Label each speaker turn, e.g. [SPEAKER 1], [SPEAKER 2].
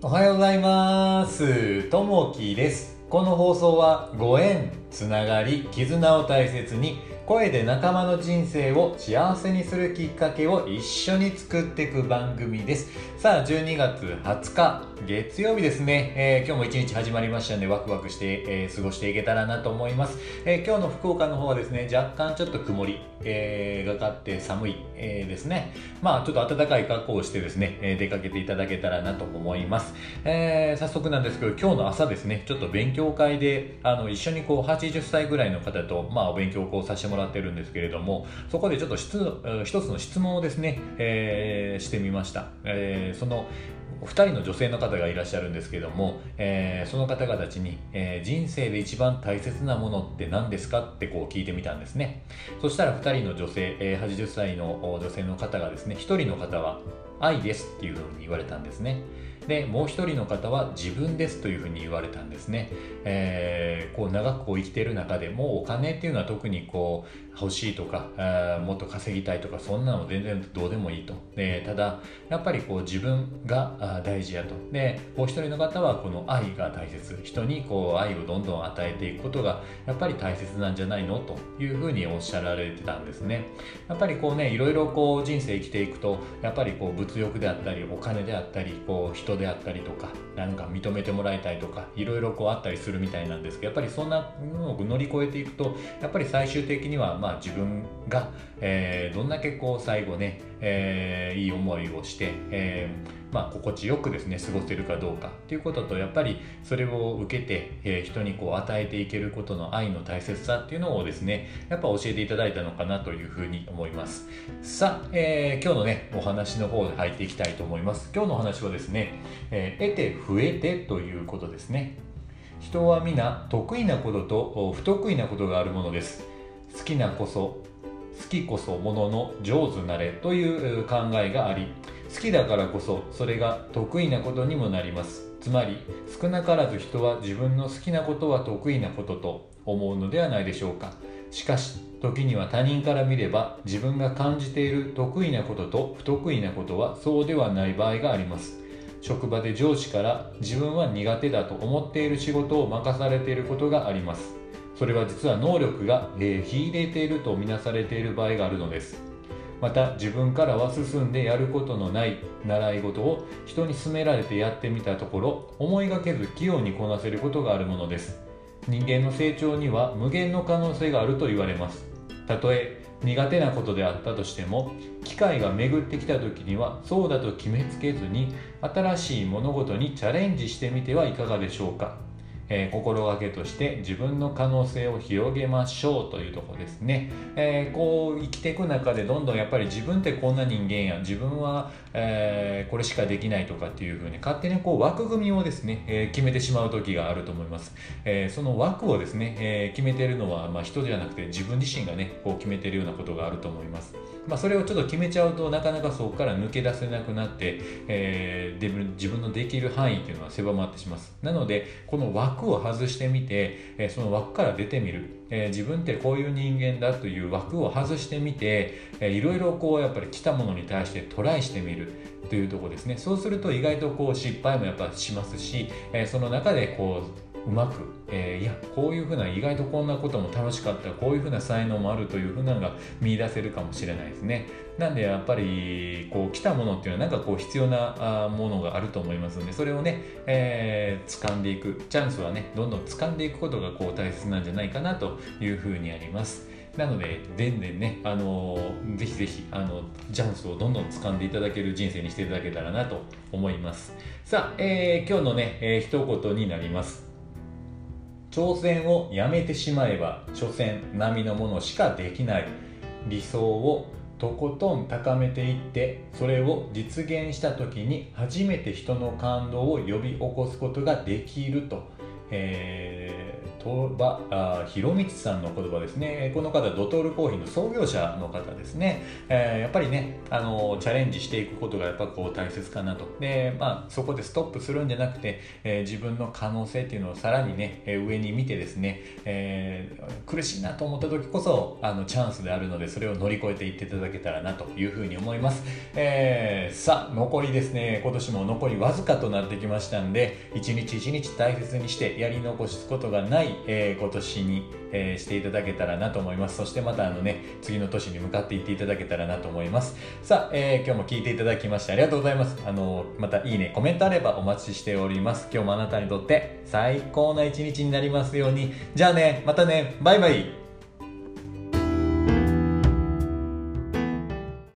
[SPEAKER 1] おはようございます。ともきです。この放送はご縁、つながり、絆を大切に声で仲間の人生を幸せにするきっかけを一緒に作っていく番組です。さあ、12月20日月曜日ですね。今日も一日始まりましたのでワクワクして、過ごしていけたらなと思います。今日の福岡の方はですね、若干ちょっと曇り、がかって寒い、ですね。まあちょっと暖かい格好をしてですね、出かけていただけたらなと思います。早速なんですけど、今日の朝ですね、ちょっと勉強会で一緒に80歳ぐらいの方と、お勉強をさせてもらってるんですけれども、そこでちょっと一つの質問をですね、してみました。その2人の女性の方がいらっしゃるんですけども、その方々たちに、人生で一番大切なものって何ですかって聞いてみたんですね。そしたら2人の女性、80歳の女性の方がですね、1人の方は愛ですっていうふうに言われたんですね。でもう一人の方は自分ですというふうに言われたんですね。長く生きている中でもお金っていうのは特に欲しいとかもっと稼ぎたいとかそんなの全然どうでもいいと。ただやっぱり自分が大事やと。でもう一人の方はこの愛が大切、人に愛をどんどん与えていくことがやっぱり大切なんじゃないのというふうにおっしゃられてたんですね。やっぱりいろいろ人生生きていくとやっぱり物欲であったりお金であったり人であったりとかなんか認めてもらいたいとかいろいろあったりするみたいなんですけど、やっぱりそんなのを乗り越えていくとやっぱり最終的には自分が、どんだけ最後ね、いい思いをして、心地よくですね過ごせるかどうかっていうことと、やっぱりそれを受けて、人に与えていけることの愛の大切さっていうのをですねやっぱ教えていただいたのかなというふうに思います。さあ、今日のねお話の方で入っていきたいと思います。今日のお話はですね、得て増えてということですね。人は皆得意なことと不得意なことがあるものです。好きこそものの上手なれという考えがあり、好きだからこそそれが得意なことにもなります。つまり少なからず人は自分の好きなことは得意なことと思うのではないでしょうか。しかし時には他人から見れば自分が感じている得意なことと不得意なことはそうではない場合があります。職場で上司から自分は苦手だと思っている仕事を任されていることがあります。それは実は能力が秀でているとみなされている場合があるのです。また自分からは進んでやることのない習い事を人に勧められてやってみたところ、思いがけず器用にこなせることがあるものです。人間の成長には無限の可能性があると言われます。たとえ苦手なことであったとしても、機会が巡ってきた時にはそうだと決めつけずに新しい物事にチャレンジしてみてはいかがでしょうか。心がけとして自分の可能性を広げましょうというところですね。生きていく中でどんどんやっぱり自分ってこんな人間や、自分は、これしかできないとかっていうふうに勝手に枠組みをですね、決めてしまう時があると思います。その枠をですね、決めているのは、人じゃなくて自分自身がね決めているようなことがあると思います。それをちょっと決めちゃうとなかなかそこから抜け出せなくなって、自分のできる範囲っていうのは狭まってしまいます。なのでこの枠を外してみて、その枠から出てみる、自分ってこういう人間だという枠を外してみて、いろいろやっぱり来たものに対してトライしてみるというところですね。そうすると意外と失敗もやっぱしますし、その中でうまく、いやこういうふうな意外とこんなことも楽しかった、こういうふうな才能もあるというふうなのが見出せるかもしれないですね。なんでやっぱり来たものっていうのは必要なものがあると思いますので、それをね、掴んでいくチャンスはねどんどん掴んでいくことが大切なんじゃないかなというふうにあります。なので全然ね、ぜひぜひチャンスをどんどん掴んでいただける人生にしていただけたらなと思います。さあ、今日のね、一言になります。挑戦をやめてしまえば所詮並のものしかできない。理想をとことん高めていって、それを実現した時に初めて人の感動を呼び起こすことができると、 ひろみつさんの言葉ですね。この方ドトールコーヒーの創業者の方ですね。やっぱりねチャレンジしていくことがやっぱこう大切かなと。でそこでストップするんじゃなくて、自分の可能性っていうのをさらにね、上に見てですね、苦しいなと思った時こそチャンスであるので、それを乗り越えていっていただけたらなというふうに思います。さあ残りですね、今年も残りわずかとなってきましたんで、一日一日大切にしてやり残すことがない、今年に、していただけたらなと思います。そしてまた次の年に向かっていっていただけたらなと思います。さあ、今日も聞いていただきましてありがとうございます。またいいねコメントあればお待ちしております。今日もあなたにとって最高な一日になりますように。じゃあね、またね、バイバイ。